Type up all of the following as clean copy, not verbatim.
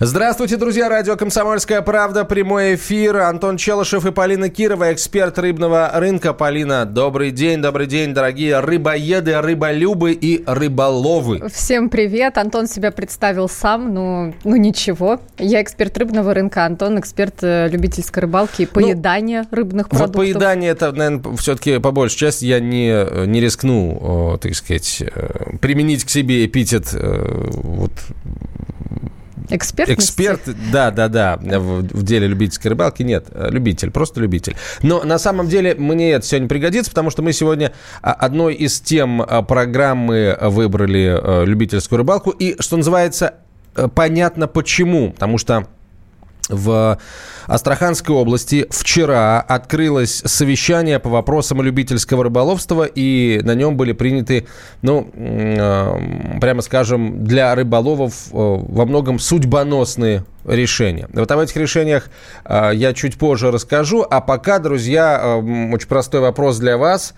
Здравствуйте, друзья. Радио «Комсомольская правда». Прямой эфир. Антон Челышев и Полина Кирова, эксперт рыбного рынка. Полина, добрый день, дорогие рыбоеды, рыболюбы и рыболовы. Всем привет. Антон себя представил сам, ну ничего. Я эксперт рыбного рынка, Антон эксперт любительской рыбалки и поедания рыбных продуктов. Вот поедание это, наверное, все-таки по большей части я не рискну, так сказать, применить к себе эпитет Эксперт, да, в деле любительской рыбалки нет, просто любитель. Но на самом деле мне это сегодня пригодится, потому что мы сегодня одной из тем программы выбрали любительскую рыбалку. И, что называется, понятно почему, потому что в Астраханской области вчера открылось совещание по вопросам любительского рыболовства, и на нем были приняты, прямо скажем, для рыболовов во многом судьбоносные решения. Вот об этих решениях я чуть позже расскажу, а пока, друзья, очень простой вопрос для вас.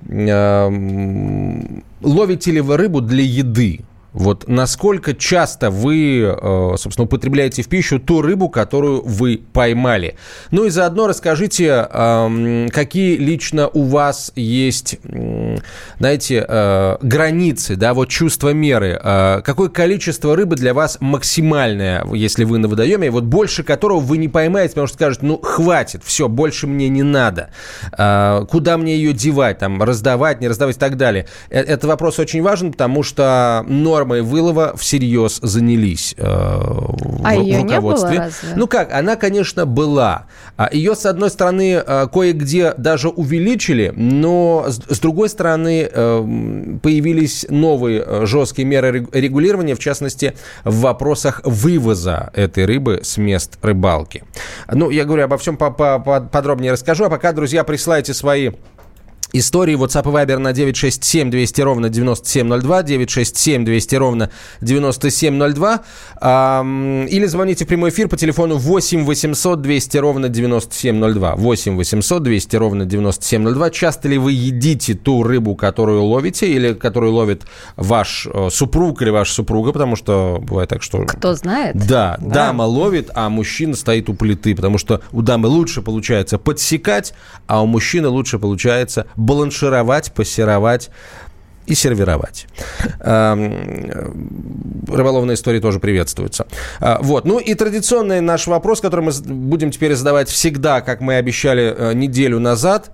Ловите ли вы рыбу для еды? Вот насколько часто вы, собственно, употребляете в пищу ту рыбу, которую вы поймали? Ну и заодно расскажите, какие лично у вас есть, знаете, границы, да, вот чувство меры. Какое количество рыбы для вас максимальное, если вы на водоеме, вот больше которого вы не поймаете, потому что скажете, хватит, все, больше мне не надо. Куда мне ее девать, там, раздавать, не раздавать и так далее. Это вопрос очень важен, потому что нормой вылова всерьез занялись в ее руководстве. Не было, разве? Она, конечно, была. Ее, с одной стороны, кое-где даже увеличили, но, с другой стороны, появились новые жесткие меры регулирования, в частности, в вопросах вывоза этой рыбы с мест рыбалки. Я говорю, обо всем подробнее расскажу, а пока, друзья, присылайте свои истории. WhatsApp и Viber на 967 200 ровно 9702, 967 200 ровно 9702. Или звоните в прямой эфир по телефону 8 800 200 ровно 9702. 8 800 200 ровно 9702. Часто ли вы едите ту рыбу, которую ловите, или которую ловит ваш супруг или ваша супруга? Потому что бывает так, что... Кто знает. Да, дама ловит, а мужчина стоит у плиты, потому что у дамы лучше получается подсекать, а у мужчины лучше получается баланшировать, пассеровать и сервировать. Рыболовные истории тоже приветствуются. И традиционный наш вопрос, который мы будем теперь задавать всегда, как мы обещали неделю назад.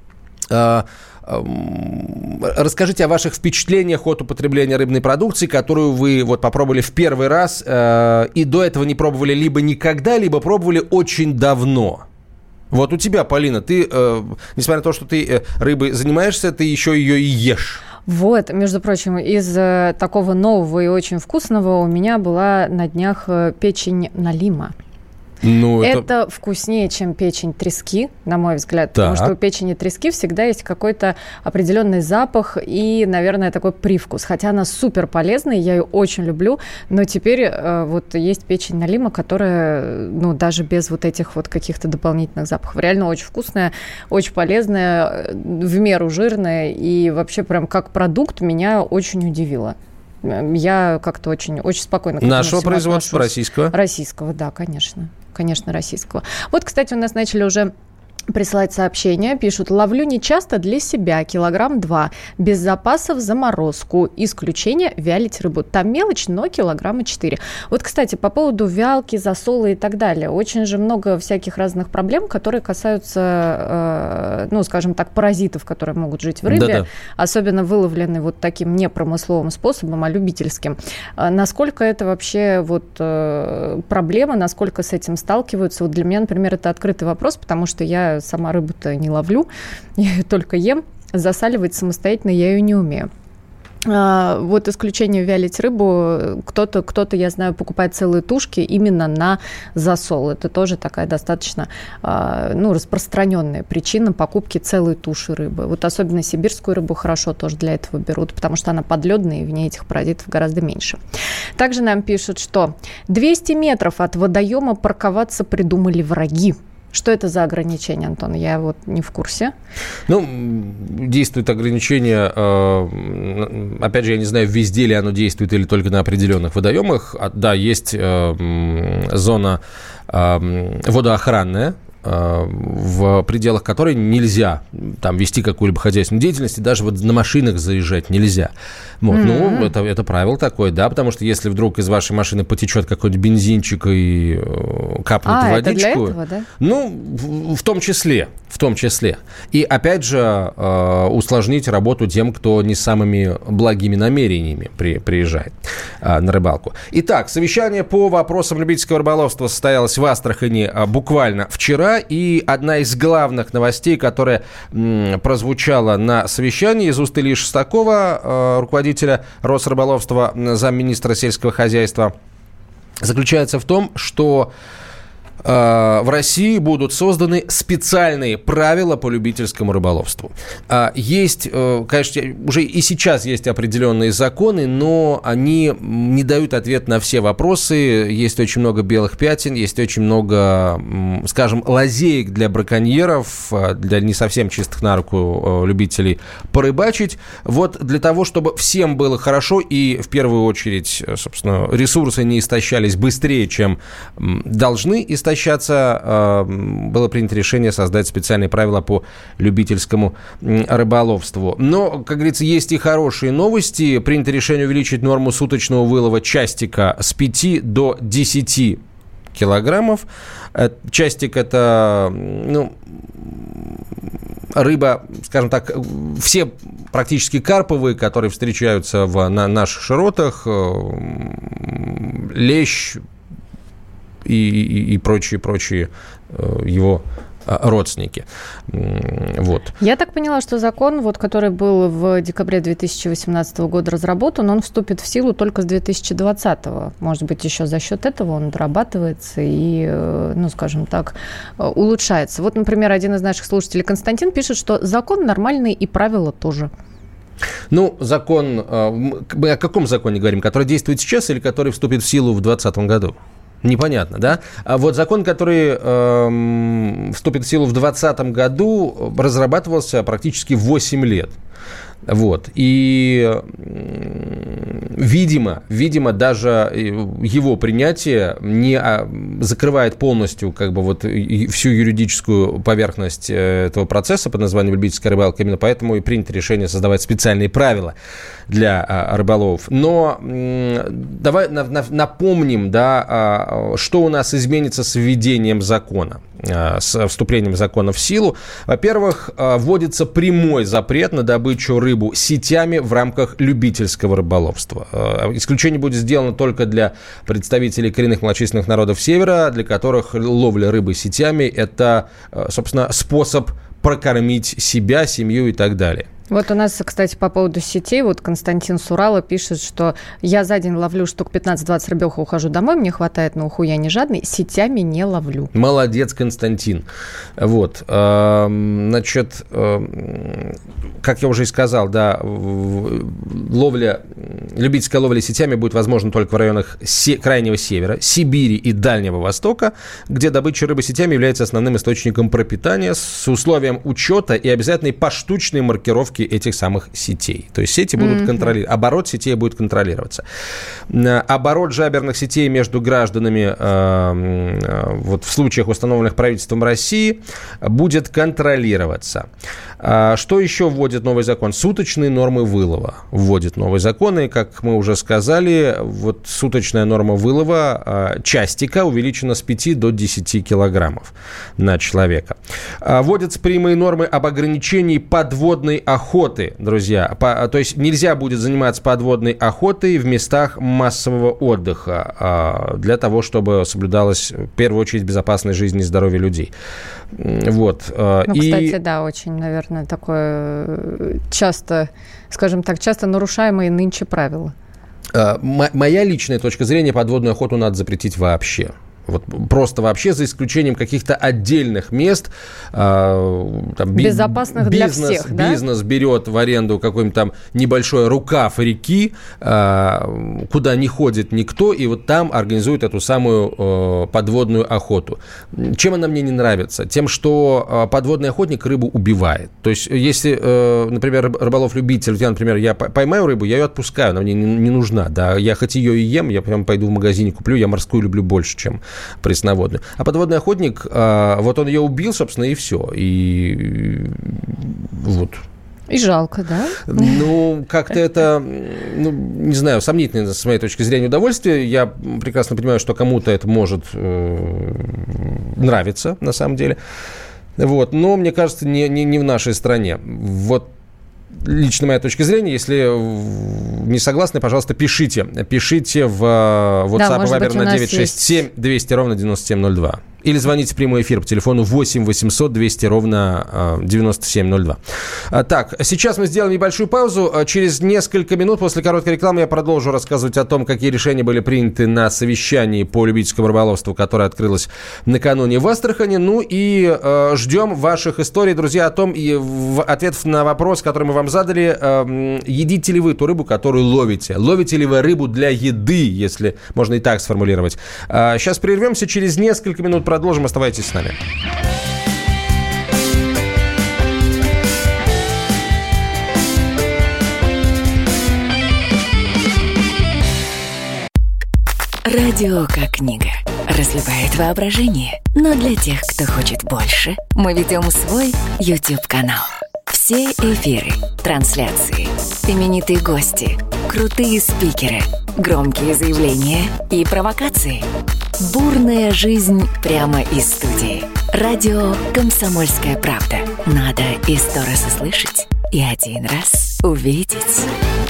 Расскажите о ваших впечатлениях от употребления рыбной продукции, которую вы попробовали в первый раз и до этого не пробовали либо никогда, либо пробовали очень давно. Вот у тебя, Полина, ты, несмотря на то, что ты рыбой занимаешься, ты еще ее и ешь. Вот, между прочим, из такого нового и очень вкусного у меня была на днях печень налима. Это вкуснее, чем печень трески, на мой взгляд, потому что у печени трески всегда есть какой-то определенный запах и, наверное, такой привкус. Хотя она супер полезная, я ее очень люблю, но теперь есть печень налима, которая, даже без этих каких-то дополнительных запахов, реально очень вкусная, очень полезная, в меру жирная и вообще прям как продукт меня очень удивила. Я как-то очень, очень спокойно к этому нашего производства, отношусь. Российского? Российского, да, конечно. Конечно, российского. Вот, кстати, у нас начали уже присылать сообщения. Пишут: ловлю нечасто для себя, 2 килограмма, без запасов заморозку. Исключение — вялить рыбу. Там мелочь, но 4 килограмма. Вот, кстати, по поводу вялки, засола и так далее. Очень же много всяких разных проблем, которые касаются, скажем так, паразитов, которые могут жить в рыбе. Да-да. Особенно выловленные таким не промысловым способом, а любительским. Насколько это вообще проблема, насколько с этим сталкиваются? Для меня, например, это открытый вопрос, потому что я сама рыбу-то не ловлю, я ее только ем. Засаливать самостоятельно я ее не умею. Исключение вялить рыбу. Кто-то, я знаю, покупает целые тушки именно на засол. Это тоже такая достаточно распространенная причина покупки целой туши рыбы. Особенно сибирскую рыбу хорошо тоже для этого берут, потому что она подледная, и в ней этих паразитов гораздо меньше. Также нам пишут, что 200 метров от водоема парковаться придумали враги. Что это за ограничения, Антон? Я вот не в курсе. Ну, действует ограничение, опять же, я не знаю, везде ли оно действует или только на определенных водоемах. Да, есть зона водоохранная, в пределах которой нельзя там вести какую-либо хозяйственную деятельность, и даже вот на машинах заезжать нельзя. Вот. Ну, это правило такое, да, потому что если вдруг из вашей машины потечет какой-то бензинчик и капнет водичку... это для этого, да? Ну, в том числе. И, опять же, усложнить работу тем, кто не с самыми благими намерениями приезжает на рыбалку. Итак, совещание по вопросам любительского рыболовства состоялось в Астрахани буквально вчера, и одна из главных новостей, которая прозвучала на совещании из уст Ильи Шестакова, руководителя Росрыболовства, замминистра сельского хозяйства, заключается в том, что в России будут созданы специальные правила по любительскому рыболовству. Есть, конечно, уже и сейчас есть определенные законы, но они не дают ответ на все вопросы. Есть очень много белых пятен, есть очень много, скажем, лазеек для браконьеров, для не совсем чистых на руку любителей порыбачить. Вот для того, чтобы всем было хорошо и, в первую очередь, собственно, ресурсы не истощались быстрее, чем должны истощаться, было принято решение создать специальные правила по любительскому рыболовству. Но, как говорится, есть и хорошие новости. Принято решение увеличить норму суточного вылова частика с 5 до 10 килограммов. Частик – это, рыба, скажем так, все практически карповые, которые встречаются на наших широтах, лещ, и прочие его родственники. Вот. Я так поняла, что закон, который был в декабре 2018 года разработан, он вступит в силу только с 2020. Может быть, еще за счет этого он дорабатывается и, скажем так, улучшается. Вот, например, один из наших слушателей, Константин, пишет, что закон нормальный и правила тоже. Закон... Мы о каком законе говорим? Который действует сейчас или который вступит в силу в 2020 году? Непонятно, да? А вот закон, который вступит в силу в 2020 году, разрабатывался практически 8 лет. Вот. И, видимо, даже его принятие не закрывает полностью всю юридическую поверхность этого процесса под названием любительская рыбалка. Именно поэтому и принято решение создавать специальные правила для рыболовов. Но давай напомним, что у нас изменится с введением закона, с вступлением закона в силу. Во-первых, вводится прямой запрет на добычу рыбу сетями в рамках любительского рыболовства. Исключение будет сделано только для представителей коренных малочисленных народов Севера, для которых ловля рыбы сетями – это, собственно, способ прокормить себя, семью и так далее. Вот у нас, кстати, по поводу сетей, Константин с Урала пишет, что я за день ловлю штук 15-20 рыбёх и ухожу домой, мне хватает на уху, я не жадный, сетями не ловлю. Молодец, Константин. Вот, значит, как я уже и сказал, любительская ловля сетями будет возможна только в районах Крайнего Севера, Сибири и Дальнего Востока, где добыча рыбы сетями является основным источником пропитания с условием учета и обязательной поштучной маркировки этих самых сетей. То есть сети будут контролироваться, оборот сетей будет контролироваться. Оборот жаберных сетей между гражданами в случаях, установленных правительством России, будет контролироваться. Что еще вводит новый закон? Суточные нормы вылова вводит новый закон. И, как мы уже сказали, суточная норма вылова частика увеличена с 5 до 10 килограммов на человека. Вводятся прямые нормы об ограничении подводной охоты, друзья. То есть нельзя будет заниматься подводной охотой в местах массового отдыха для того, чтобы соблюдалась в первую очередь безопасность жизни и здоровья людей. Вот. Кстати, да, очень, наверное, такое часто, скажем так, часто нарушаемые нынче правила. Моя личная точка зрения: подводную охоту надо запретить вообще. Вот просто вообще, за исключением каких-то отдельных мест. Безопасных для всех, да? Бизнес берет в аренду какой-нибудь там небольшой рукав реки, куда не ходит никто, и вот там организует эту самую подводную охоту. Чем она мне не нравится? Тем, что подводный охотник рыбу убивает. То есть, если, например, рыболов-любитель, я поймаю рыбу, я ее отпускаю, она мне не нужна. Да? Я хоть ее и ем, я прям пойду в магазине куплю, я морскую люблю больше, чем пресноводную. А подводный охотник, вот он ее убил, собственно, и все. И вот. И жалко, да? Ну, как-то это, не знаю, сомнительное, с моей точки зрения, удовольствие. Я прекрасно понимаю, что кому-то это может нравиться, на самом деле. Вот. Но, мне кажется, не в нашей стране. Вот. Лично моя точка зрения, если не согласны, пожалуйста, пишите. Пишите в WhatsApp и Viber на 967 200 ровно 9702. Или звоните в прямой эфир по телефону 8 800 200 ровно 9702. Так, сейчас мы сделаем небольшую паузу. Через несколько минут после короткой рекламы я продолжу рассказывать о том, какие решения были приняты на совещании по любительскому рыболовству, которое открылось накануне в Астрахани. Ну и ждем ваших историй, друзья, о том, и ответов на вопрос, который мы вам задали. Едите ли вы ту рыбу, которую ловите? Ловите ли вы рыбу для еды, если можно и так сформулировать? Сейчас прервемся, через несколько минут продолжим. Оставайтесь с нами. Радио как книга. Разливает воображение. Но для тех, кто хочет больше, мы ведем свой YouTube-канал. Все эфиры, трансляции, именитые гости, крутые спикеры, громкие заявления и провокации. Бурная жизнь прямо из студии. Радио «Комсомольская правда». Надо и 100 раз услышать, и 1 раз увидеть.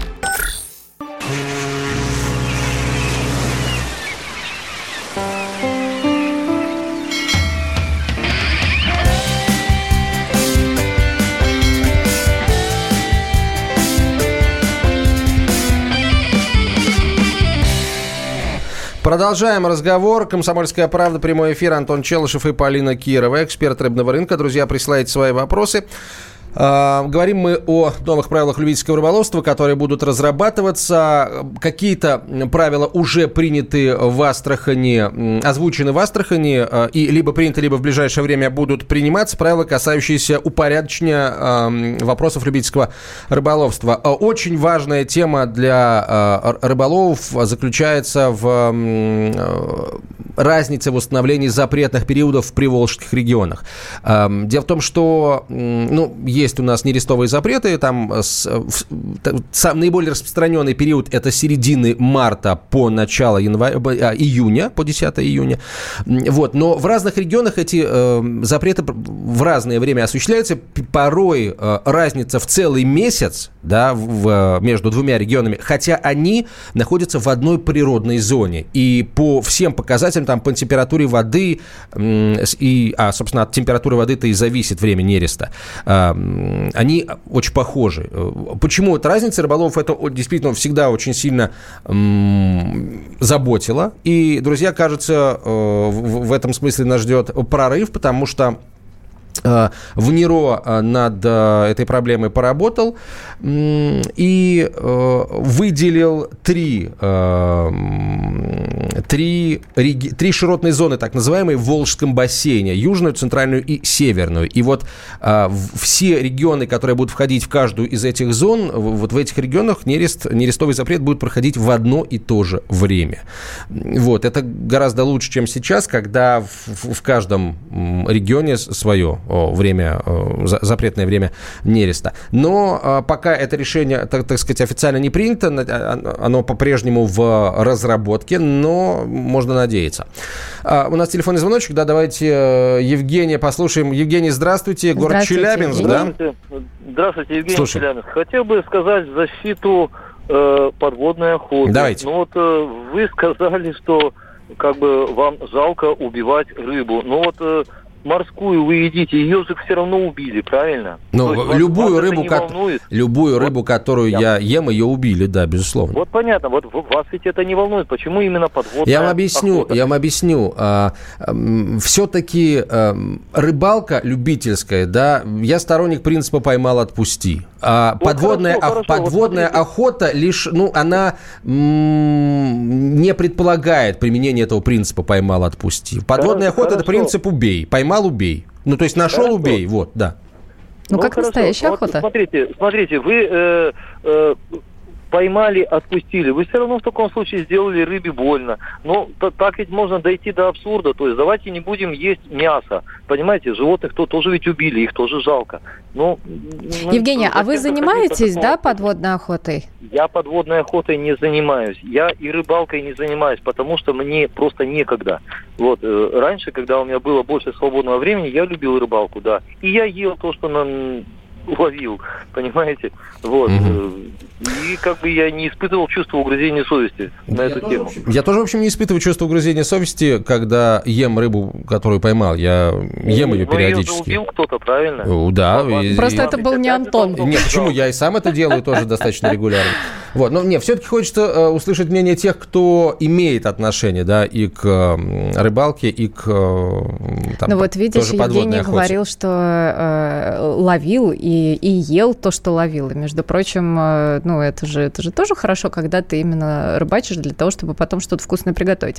Продолжаем разговор. «Комсомольская правда», прямой эфир. Антон Челышев и Полина Кирова, эксперт рыбного рынка. Друзья, присылайте свои вопросы. Говорим мы о новых правилах любительского рыболовства, которые будут разрабатываться. Какие-то правила уже приняты в Астрахани, озвучены в Астрахани, и либо приняты, либо в ближайшее время будут приниматься. Правила, касающиеся упорядочения вопросов любительского рыболовства. Очень важная тема для рыболовов заключается в разнице в установлении запретных периодов в приволжских регионах. Дело в том, что есть у нас нерестовые запреты. Там наиболее распространенный период – это середины марта по начало июня, по 10 июня. Вот. Но в разных регионах эти запреты в разное время осуществляются. Порой разница в целый месяц, да, между двумя регионами, хотя они находятся в одной природной зоне. И по всем показателям, там, по температуре воды, собственно, от температуры воды-то и зависит время нереста, они очень похожи. Почему эта разница? Рыболовов это действительно всегда очень сильно заботило. И, друзья, кажется, в этом смысле нас ждет прорыв, потому что ВНИРО над этой проблемой поработал и выделил три широтные зоны, так называемые, в Волжском бассейне: южную, центральную и северную. И вот все регионы, которые будут входить в каждую из этих зон, вот в этих регионах нерестовый запрет будет проходить в одно и то же время. Вот. Это гораздо лучше, чем сейчас, когда в каждом регионе свое время, запретное время нереста. Но пока это решение, так сказать, официально не принято, оно по-прежнему в разработке, но можно надеяться. У нас телефонный звоночек, да, давайте Евгения послушаем. Евгений, здравствуйте, город Челябинск, да? Здравствуйте, Евгений, Челябинск. Хотел бы сказать в защиту подводной охоты. Давайте. Ну вот вы сказали, что как бы вам жалко убивать рыбу. Ну вот морскую вы едите, ее же все равно убили, правильно? Ну, любую рыбу, которую я ем, ее убили, да, безусловно. Вот понятно, вот вас ведь это не волнует. Почему именно подводная Я вам объясню. Все-таки рыбалка любительская, да, я сторонник принципа «поймал, отпусти». Подводная охота лишь, она не предполагает применение этого принципа «поймал, отпусти». Подводная охота – это принцип «убей». Поймал – убей. Ну, то есть нашел – убей. Вот, да. Как настоящая охота. Смотрите, вы поймали, отпустили. Вы все равно в таком случае сделали рыбе больно. Но так ведь можно дойти до абсурда. То есть давайте не будем есть мясо. Понимаете, животных тоже ведь убили, их тоже жалко. Евгений, а вы занимаетесь, подводной охотой? Я подводной охотой не занимаюсь. Я и рыбалкой не занимаюсь, потому что мне просто некогда. Вот, раньше, когда у меня было больше свободного времени, я любил рыбалку, да. И я ел то, что ловил, понимаете? Вот. И как бы я не испытывал чувство угрызения совести на эту тему. Я тоже, в общем, не испытываю чувство угрызения совести, когда ем рыбу, которую поймал. Я ем ее периодически. Ее убил кто-то, правильно? Да. Просто это был не Антон. Нет, почему? Я и сам это делаю тоже достаточно регулярно. Вот. Но все-таки хочется услышать мнение тех, кто имеет отношение, да, и к рыбалке, и к вот видишь, Евгений говорил, что ловил и ел то, что ловил. И, между прочим, это же тоже хорошо, когда ты именно рыбачишь для того, чтобы потом что-то вкусное приготовить.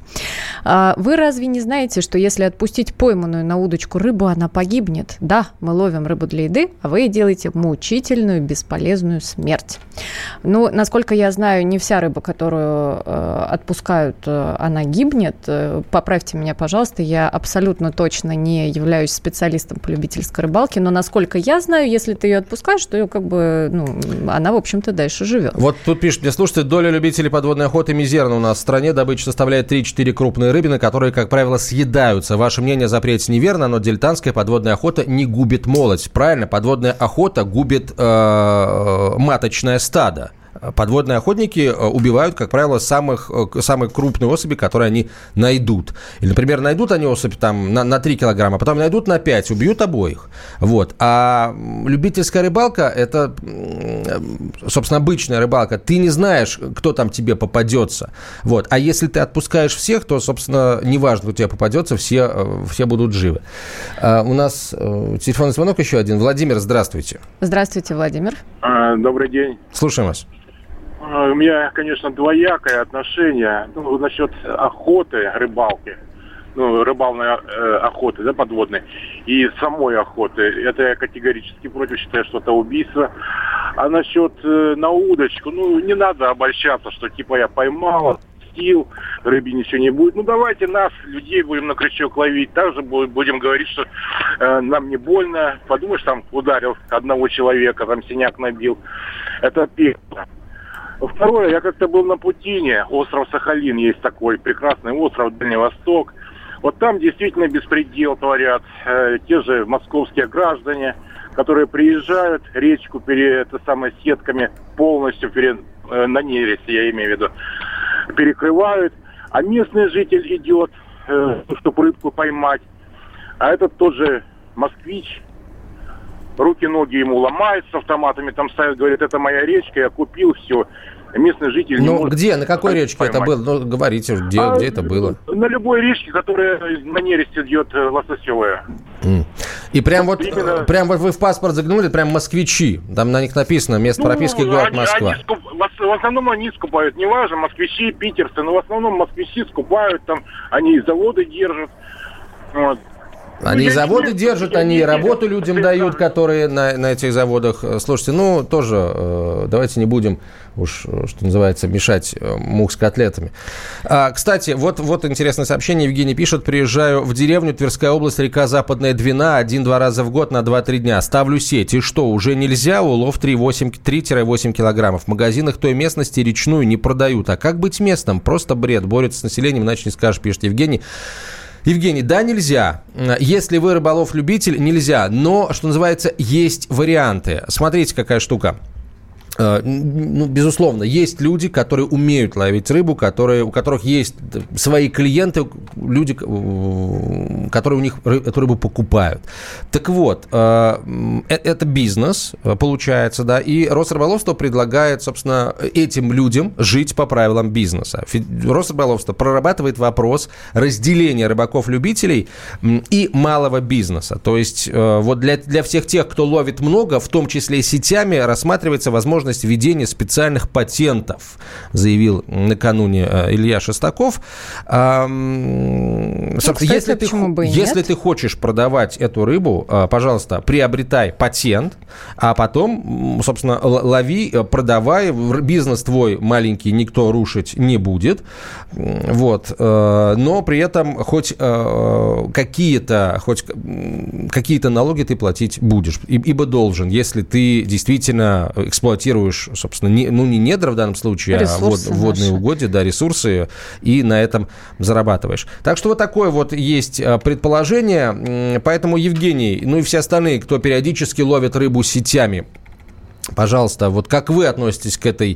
Вы разве не знаете, что если отпустить пойманную на удочку рыбу, она погибнет? Да, мы ловим рыбу для еды, а вы делаете мучительную, бесполезную смерть. Насколько я знаю, не вся рыба, которую отпускают, она гибнет. Поправьте меня, пожалуйста, я абсолютно точно не являюсь специалистом по любительской рыбалке, но насколько я знаю, если ты ее отпускаешь, то ее она, в общем-то, дальше живет. Вот тут пишет мне, слушайте, доля любителей подводной охоты мизерна у нас в стране. Добыча составляет 3-4 крупные рыбины, которые, как правило, съедаются. Ваше мнение о запрете неверно, но дилетантская подводная охота не губит молодь. Правильно, подводная охота губит маточное стадо. Подводные охотники убивают, как правило, самые крупные особи, которые они найдут. Или, например, найдут они особь на 3 килограмма, а потом найдут на 5, убьют обоих. Вот. А любительская рыбалка – это, собственно, обычная рыбалка. Ты не знаешь, кто там тебе попадется. Вот. А если ты отпускаешь всех, то, собственно, неважно, кто тебе попадется, все будут живы. У нас телефонный звонок еще один. Владимир, здравствуйте. Здравствуйте, Владимир. Добрый день. Слушаем вас. У меня, конечно, двоякое отношение насчет охоты, рыбалки, рыбалной охоты, да, подводной, и самой охоты. Это я категорически против, считаю, что это убийство. А насчет на удочку, не надо обольщаться, что типа я поймал, отпустил, рыбе ничего не будет. Давайте нас, людей, будем на крючок ловить. Также будем говорить, что нам не больно. Подумаешь, там ударил одного человека, там синяк набил. Это первое. Второе, я как-то был на Путине, остров Сахалин, есть такой прекрасный остров, Дальний Восток. Вот там действительно беспредел творят те же московские граждане, которые приезжают, речку сетками полностью на нерест, я имею в виду, перекрывают, а местный житель идет, чтобы рыбку поймать, а этот тот же москвич, руки-ноги ему ломают, с автоматами там ставят, говорят, это моя речка, я купил, все. Местный житель не может... где, на какой речке поймать. Это было? Говорите, где это было? На любой речке, которая на нересте идет лососевая. И прям вы в паспорт заглянули, прям москвичи. Там на них написано, место прописки город Москва. В основном они скупают, неважно, москвичи, питерцы, но в основном москвичи скупают, там, они заводы держат, вот. Они заводы держат, они работу людям дают, которые на этих заводах. Слушайте, тоже давайте не будем уж, что называется, мешать мух с котлетами. Кстати, вот интересное сообщение. Евгений пишет: приезжаю в деревню, Тверская область, река Западная Двина, 1-2 раза в год на 2-3 дня. Ставлю сеть. И что, уже нельзя? Улов 3-8 килограммов. В магазинах той местности речную не продают. А как быть местным? Просто бред. Борются с населением, иначе не скажешь, пишет Евгений. Евгений, да, нельзя. Если вы рыболов-любитель, нельзя. Но, что называется, есть варианты. Смотрите, какая штука. безусловно, есть люди, которые умеют ловить рыбу, у которых есть свои клиенты, люди, которые у них эту рыбу покупают. Так вот, это бизнес, получается, да, и Росрыболовство предлагает, собственно, этим людям жить по правилам бизнеса. Росрыболовство прорабатывает вопрос разделения рыбаков-любителей и малого бизнеса. То есть вот для всех тех, кто ловит много, в том числе сетями, рассматривается возможность введения специальных патентов, заявил накануне Илья Шестаков. Кстати, если ты хочешь продавать эту рыбу, пожалуйста, приобретай патент, а потом, собственно, лови, продавай. Бизнес твой маленький никто рушить не будет. Вот. Но при этом хоть какие-то налоги ты платить будешь, ибо должен, если ты действительно эксплуатируешь, собственно, не недра в данном случае, ресурсы, а водные угодья, да, ресурсы, и на этом зарабатываешь. Так что вот такое вот есть предположение. Поэтому, Евгений, ну и все остальные, кто периодически ловит рыбу сетями, пожалуйста, вот как вы относитесь к этой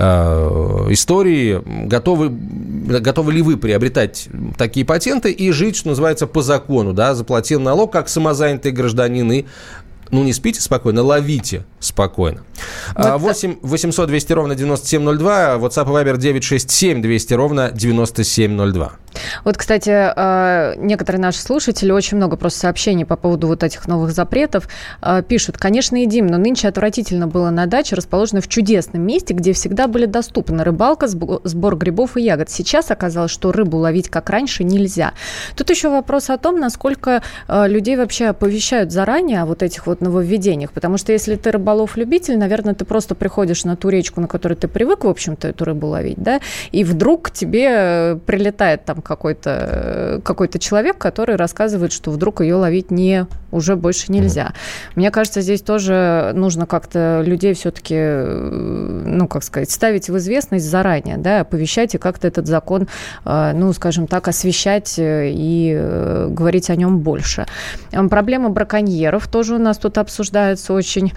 истории? Готовы ли вы приобретать такие патенты и жить, что называется, по закону, да, заплатил налог как самозанятый гражданин и не спите спокойно, ловите спокойно. 8 800 200 ровно 9702, WhatsApp и Viber 967 200 ровно 9702. Вот, кстати, некоторые наши слушатели, очень много просто сообщений по поводу вот этих новых запретов, пишут: конечно, едим, но нынче отвратительно было на даче, расположенной в чудесном месте, где всегда были доступны рыбалка, сбор грибов и ягод. Сейчас оказалось, что рыбу ловить как раньше нельзя. Тут еще вопрос о том, насколько людей вообще оповещают заранее о вот этих вот нововведениях, потому что если ты рыболов-любитель, наверное, ты просто приходишь на ту речку, на которой ты привык, в общем-то, эту рыбу ловить, да, и вдруг к тебе прилетает там какой-то человек, который рассказывает, что вдруг ее ловить уже больше нельзя. Мне кажется, здесь тоже нужно как-то людей все-таки, ставить в известность заранее, да, оповещать и как-то этот закон, скажем так, освещать и говорить о нем больше. Проблема браконьеров тоже у нас тут обсуждается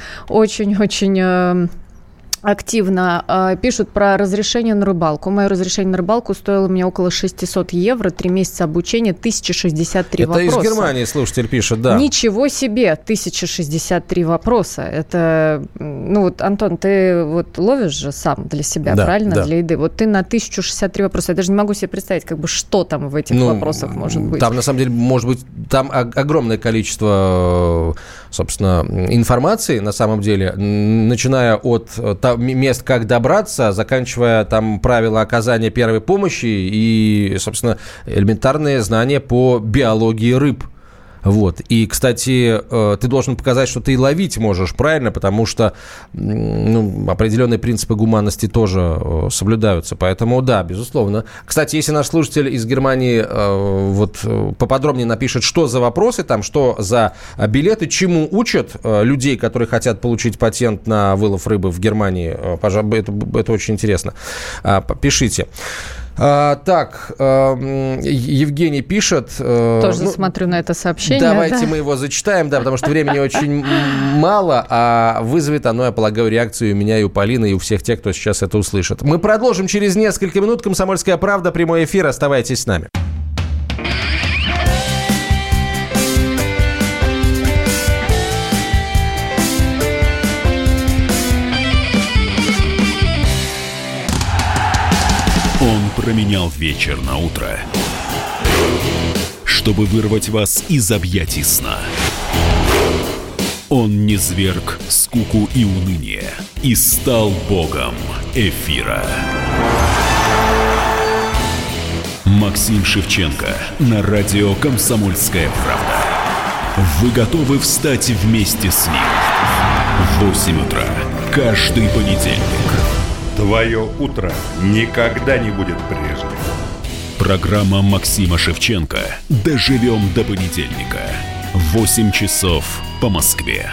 очень-очень активно. Пишут про разрешение на рыбалку. Мое разрешение на рыбалку стоило мне около 600 евро, 3 месяца обучения, 1063 вопроса. Это из Германии слушатель пишет, да. Ничего себе, 1063 вопроса. Это, Антон, ты вот ловишь же сам для себя, да, правильно, да, для еды. Вот ты на 1063 вопроса. Я даже не могу себе представить, что там в этих вопросах может быть. Там, на самом деле, может быть, там огромное количество, собственно, информации, на самом деле, начиная от мест, как добраться, заканчивая там правила оказания первой помощи и, собственно, элементарные знания по биологии рыб. Вот. И, кстати, ты должен показать, что ты и ловить можешь правильно, потому что определенные принципы гуманности тоже соблюдаются. Поэтому, да, безусловно. Кстати, если наш слушатель из Германии поподробнее напишет, что за вопросы там, что за билеты, чему учат людей, которые хотят получить патент на вылов рыбы в Германии, пожалуй, это очень интересно. Пишите. Так, Евгений пишет... Тоже смотрю на это сообщение. Давайте мы его зачитаем, да, потому что времени очень мало, а вызовет оно, я полагаю, реакцию у меня и у Полины, и у всех тех, кто сейчас это услышит. Мы продолжим через несколько минут. «Комсомольская правда», прямой эфир. Оставайтесь с нами. Он променял вечер на утро, чтобы вырвать вас из объятий сна. Он низвергг скуку и уныние и стал богом эфира. Максим Шевченко на радио «Комсомольская правда». Вы готовы встать вместе с ним? В 8 утра каждый понедельник. Твое утро никогда не будет прежним. Программа Максима Шевченко «Доживем до понедельника». 8 часов по Москве.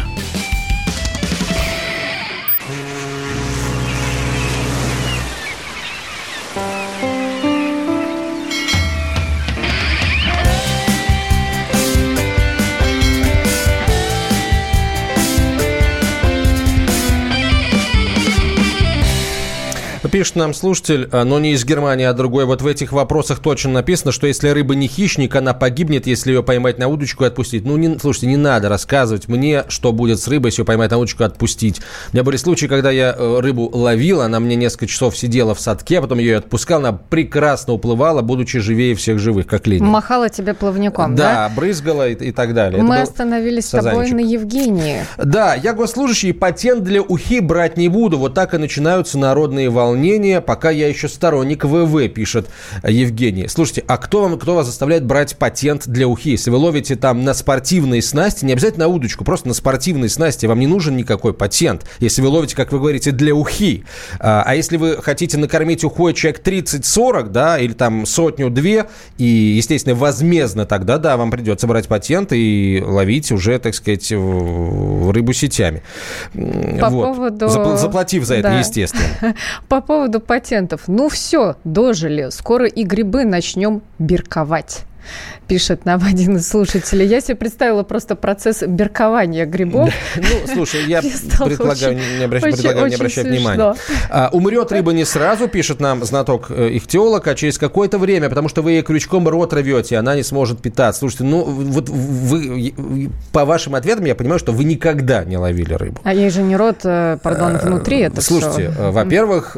пишет нам слушатель, но не из Германии, а другой. Вот в этих вопросах точно написано, что если рыба не хищник, она погибнет, если ее поймать на удочку и отпустить. Слушайте, не надо рассказывать мне, что будет с рыбой, если ее поймать на удочку и отпустить. У меня были случаи, когда я рыбу ловил, она мне несколько часов сидела в садке, потом ее отпускал, она прекрасно уплывала, будучи живее всех живых, как Ленин. Махала тебе плавником, да? Да, брызгала и так далее. Мы остановились с тобой на Евгении. Да, я госслужащий, патент для ухи брать не буду. Вот так и начинаются народные волнения, пока я еще сторонник ВВ, пишет Евгений. Слушайте, а кто вас заставляет брать патент для ухи? Если вы ловите там на спортивной снасти, не обязательно на удочку, просто на спортивной снасти, вам не нужен никакой патент, если вы ловите, как вы говорите, для ухи. А если вы хотите накормить ухой человек 30-40, да, или там 100-2, и, естественно, возмездно тогда, да, вам придется брать патент и ловить уже, так сказать, рыбу сетями. По поводу... Заплатив за это, естественно. По поводу патентов. Все, дожили. Скоро и грибы начнем бирковать. Пишет нам один из слушателей. Я себе представила просто процесс биркования грибов. Слушай, я предлагаю не обращать внимания. Умрет рыба не сразу, пишет нам знаток-ихтиолог, а через какое-то время, потому что вы ей крючком рот рвете, она не сможет питаться. Слушайте, вот вы, по вашим ответам я понимаю, что вы никогда не ловили рыбу. А ей же не рот, пардон, внутри это все. Слушайте, во-первых,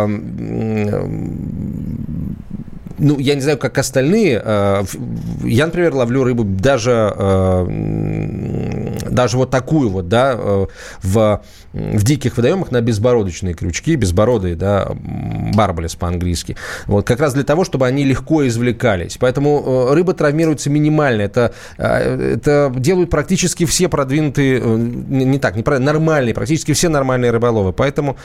я не знаю, как остальные. Я, например, ловлю рыбу даже вот такую вот, да, в диких водоемах на безбородочные крючки, безбородые, да, барбалес по-английски. Вот, как раз для того, чтобы они легко извлекались. Поэтому рыба травмируется минимально. Это делают практически все продвинутые, нормальные, практически все нормальные рыболовы. Поэтому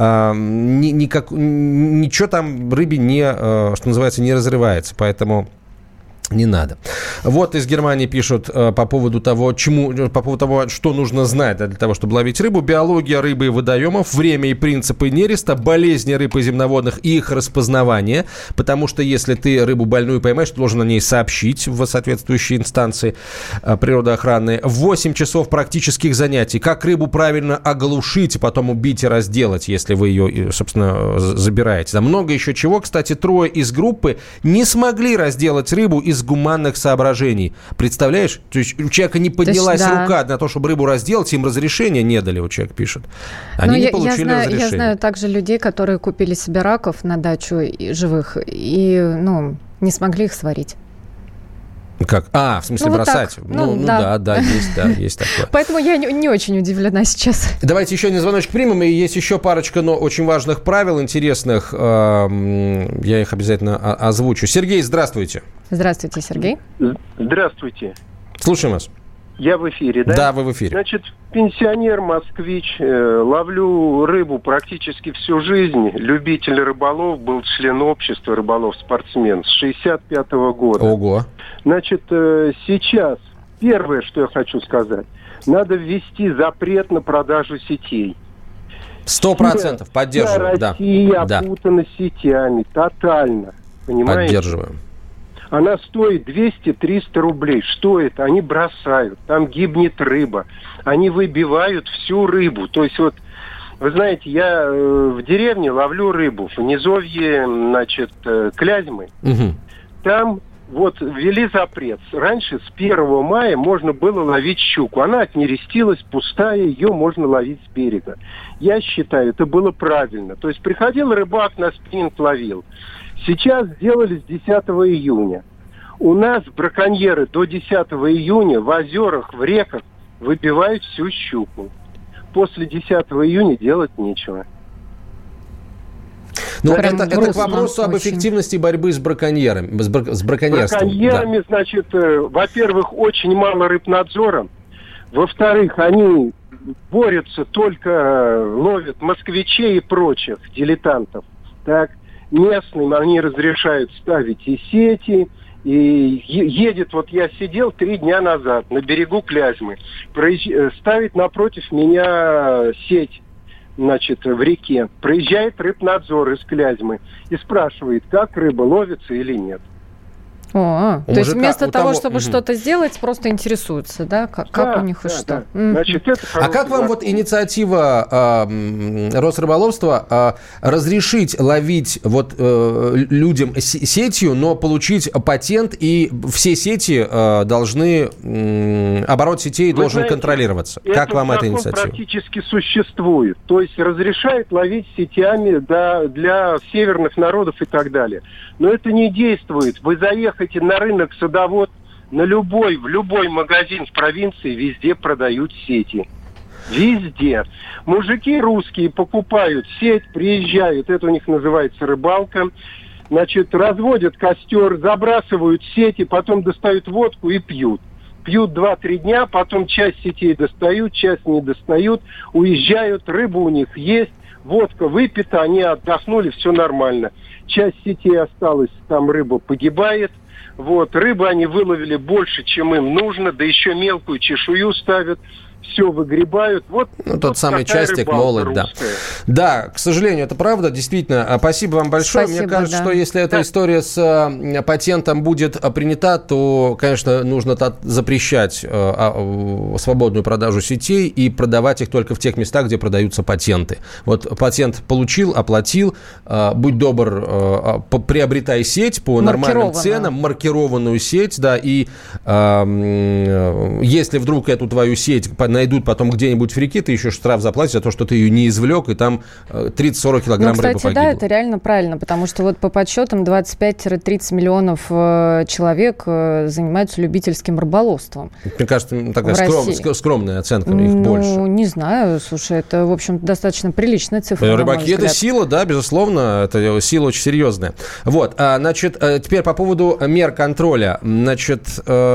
ничего там рыбе что называется, не разрывается. Поэтому не надо. Вот из Германии пишут по поводу того, что нужно знать для того, чтобы ловить рыбу. Биология рыбы и водоемов, время и принципы нереста, болезни рыб и земноводных и их распознавание. Потому что если ты рыбу больную поймаешь, ты должен о ней сообщить в соответствующие инстанции природоохранные. 8 часов практических занятий. Как рыбу правильно оглушить, потом убить и разделать, если вы ее, собственно, забираете. Да много еще чего. Кстати, 3 из группы не смогли разделать рыбу из гуманных соображений. Представляешь? То есть у человека не поднялась рука на то, чтобы рыбу разделать, им разрешения не дали, вот человек пишет. Они не получили разрешения. Я знаю также людей, которые купили себе раков на дачу живых и, не смогли их сварить. Как? В смысле бросать? Да, есть такое. Поэтому я не очень удивлена сейчас. Давайте еще один звоночек примем. И есть еще парочка, но очень важных правил, интересных. Я их обязательно озвучу. Сергей, здравствуйте. Здравствуйте, Сергей. Здравствуйте. Слушаем вас. Я в эфире, да? Да, вы в эфире. Значит, пенсионер, москвич, ловлю рыбу практически всю жизнь. Любитель рыболов, был член общества рыболов-спортсмен с 65-го года. Ого. Значит, сейчас первое, что я хочу сказать, надо ввести запрет на продажу сетей. 100% поддерживаю. Россия опутана сетями тотально. Понимаете? Поддерживаю. Она стоит 200-300 рублей. Что это? Они бросают. Там гибнет рыба. Они выбивают всю рыбу. То есть вы знаете, я в деревне ловлю рыбу. В низовье, Клязьмы. Угу. Там ввели запрет. Раньше с 1 мая можно было ловить щуку. Она отнерестилась, пустая, ее можно ловить с берега. Я считаю, это было правильно. То есть приходил рыбак, на спиннинг ловил. Сейчас сделали с 10 июня. У нас браконьеры до 10 июня в озерах, в реках выбивают всю щуку. После 10 июня делать нечего. Это к вопросу об эффективности борьбы с браконьерами, с браконьерством. Браконьерами, во-первых, очень мало рыбнадзора. Во-вторых, они борются, только ловят москвичей и прочих дилетантов. Так, местным они разрешают ставить и сети, и едет, я сидел 3 дня назад на берегу Клязьмы, ставит напротив меня сеть, в реке. Проезжает рыбнадзор из Клязьмы и спрашивает, как рыба ловится или нет. То есть вместо того, чтобы что-то сделать, просто интересуются, да? Как у них и что? Да. Значит, это как вам вот инициатива Росрыболовства разрешить ловить людям сетью, но получить патент, и все сети должны, оборот сетей должен контролироваться? Как вам эта инициатива? Практически существует. То есть разрешает ловить сетями для северных народов и так далее. Но это не действует. Вы заехаете на рынок Садовод, в любой магазин в провинции, везде продают сети. Везде. Мужики русские покупают сеть, приезжают, это у них называется рыбалка, значит, разводят костер, забрасывают сети, потом достают водку и пьют. Пьют 2-3 дня, потом часть сетей достают, часть не достают, уезжают, рыба у них есть, водка выпита, они отдохнули, все нормально. Часть сетей осталась, там рыба погибает. Рыбы они выловили больше, чем им нужно, да еще мелкую чешую ставят. Все выгребают. Тот самый частик, молоть, да. Да, к сожалению, это правда, действительно. Спасибо вам большое. Спасибо, мне кажется, что если эта история с патентом будет принята, то, конечно, нужно запрещать свободную продажу сетей и продавать их только в тех местах, где продаются патенты. Патент получил, оплатил, будь добр, приобретай сеть по нормальным ценам, маркированную сеть, да, и если вдруг эту твою сеть найдут потом где-нибудь в реке, ты еще штраф заплатишь за то, что ты ее не извлек, и там 30-40 килограмм рыбы погибло. Да, это реально правильно, потому что по подсчетам 25-30 миллионов человек занимаются любительским рыболовством. Мне кажется, такая скромная оценка, их больше. Не знаю, слушай, это, в общем, достаточно приличная цифра. Рыбаки – это сила, да, безусловно, это сила очень серьезная. Значит, теперь по поводу мер контроля. Значит,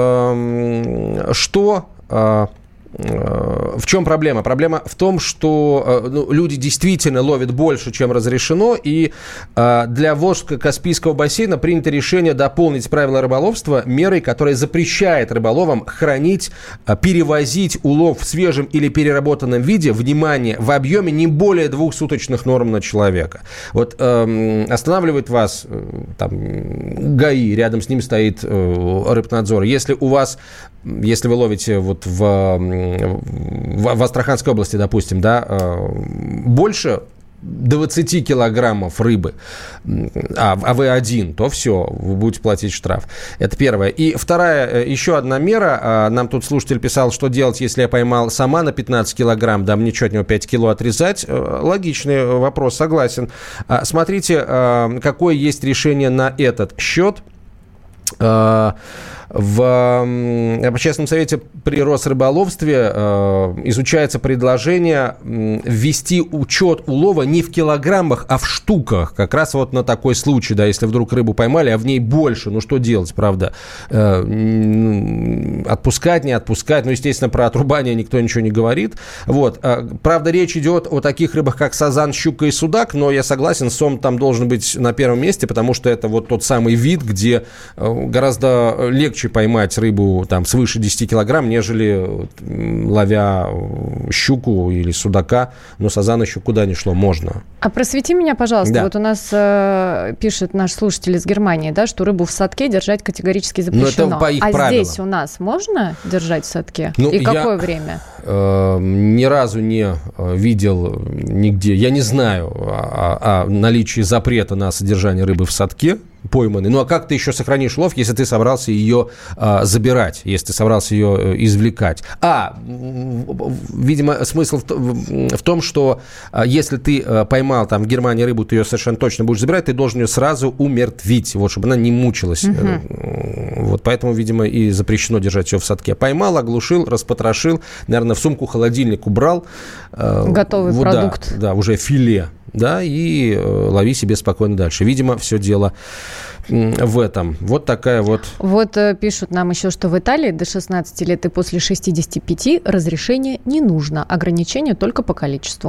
в чем проблема? Проблема в том, что люди действительно ловят больше, чем разрешено, и для Волжско-Каспийского бассейна принято решение дополнить правила рыболовства мерой, которая запрещает рыболовам хранить, перевозить улов в свежем или переработанном виде, внимание, в объеме не более 2 суточных норм на человека. Останавливает вас ГАИ, рядом с ним стоит Рыбнадзор. Если вы ловите в Астраханской области, допустим, да, больше 20 килограммов рыбы, а вы один, то все, вы будете платить штраф. Это первое. И вторая, еще одна мера. Нам тут слушатель писал, что делать, если я поймал сама на 15 килограмм, да, мне что, от него 5 кило отрезать? Логичный вопрос, согласен. Смотрите, какое есть решение на этот счет. В общественном совете при Росрыболовстве изучается предложение ввести учет улова не в килограммах, а в штуках. Как раз на такой случай, да, если вдруг рыбу поймали, а в ней больше, что делать, правда? Отпускать, не отпускать? Естественно, про отрубание никто ничего не говорит. Правда, речь идет о таких рыбах, как сазан, щука и судак, но я согласен, сом там должен быть на первом месте, потому что это тот самый вид, где гораздо легче поймать рыбу свыше 10 килограмм, нежели ловя щуку или судака, но сазана еще куда ни шло, можно. А просвети меня, пожалуйста, да. У нас пишет наш слушатель из Германии, да, что рыбу в садке держать категорически запрещено. Это по их правилам. Здесь у нас можно держать в садке? И какое время? Ни разу не видел нигде, я не знаю о наличии запрета на содержание рыбы в садке пойманной. А как ты еще сохранишь лов, если ты собрался ее забирать, если ты собрался ее извлекать? Видимо, смысл в том, что если ты поймал в Германии рыбу, ты ее совершенно точно будешь забирать, ты должен ее сразу умертвить, чтобы она не мучилась. Поэтому, видимо, и запрещено держать ее в садке. Поймал, оглушил, распотрошил, наверное, в сумку-холодильник убрал. Готовый продукт. Да, уже филе. Да, и лови себе спокойно дальше. Видимо, все дело в этом. Такая . Пишут нам еще, что в Италии до 16 лет и после 65 разрешения не нужно. Ограничение только по количеству.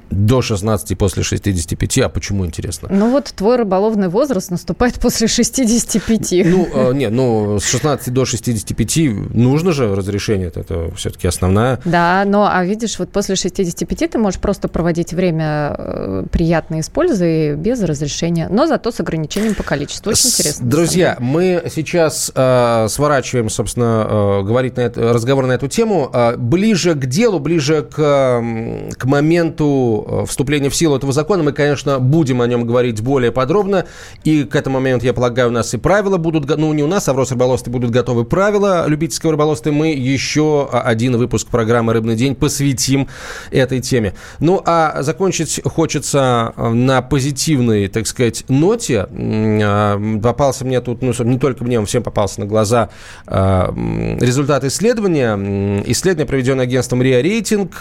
До 16 после 65. А почему, интересно? Ну вот твой рыболовный возраст наступает после 65. С 16 до 65 нужно же разрешение. Это все-таки основная. Да, а видишь, вот после 65 ты можешь просто проводить время приятно используя без разрешения, но зато с ограничением по количеству. Очень интересно. Друзья, мы сейчас сворачиваем, собственно, разговор на эту тему. Ближе к делу, ближе к моменту вступления в силу этого закона мы, конечно, будем о нем говорить более подробно. И к этому моменту, я полагаю, у нас и правила будут... не у нас, а в Росрыболовстве будут готовы правила любительского рыболовства. Мы еще один выпуск программы «Рыбный день» посвятим этой теме. А закончить хочется на позитивной, так сказать, ноте. Попался мне тут, не только мне, он всем попался на глаза результат исследования. Исследование, проведенное агентством РИА Рейтинг,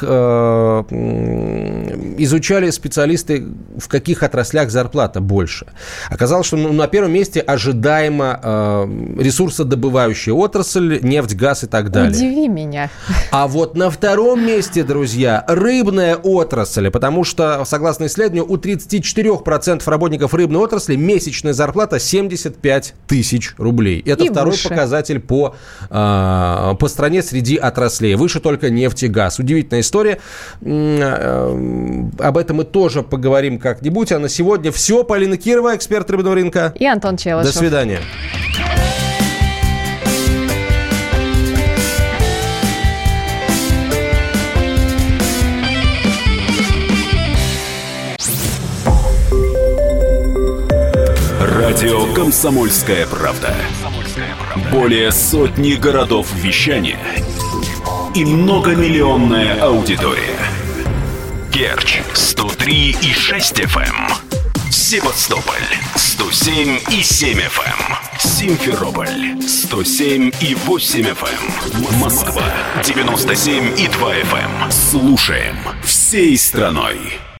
изучали специалисты, в каких отраслях зарплата больше. Оказалось, что на первом месте ожидаемо ресурсодобывающая отрасль, нефть, газ и так далее. Удиви меня. А вот на втором месте, друзья, рыбная отрасль, потому что, согласно исследованию, у 34% работников рыбной отрасли месячная зарплата 75 тысяч рублей. Это и второй выше показатель по стране среди отраслей. Выше только нефть и газ. Удивительная история. Об этом мы тоже поговорим как-нибудь. А на сегодня все. Полина Кирова, эксперт рыбного рынка. И Антон Челышев. До свидания. Радио «Комсомольская правда». Более сотни городов вещания и многомиллионная аудитория. Керчь 103,6 FM, Севастополь 107,7 FM, Симферополь 107,8 FM, Москва 97,2 FM. Слушаем всей страной.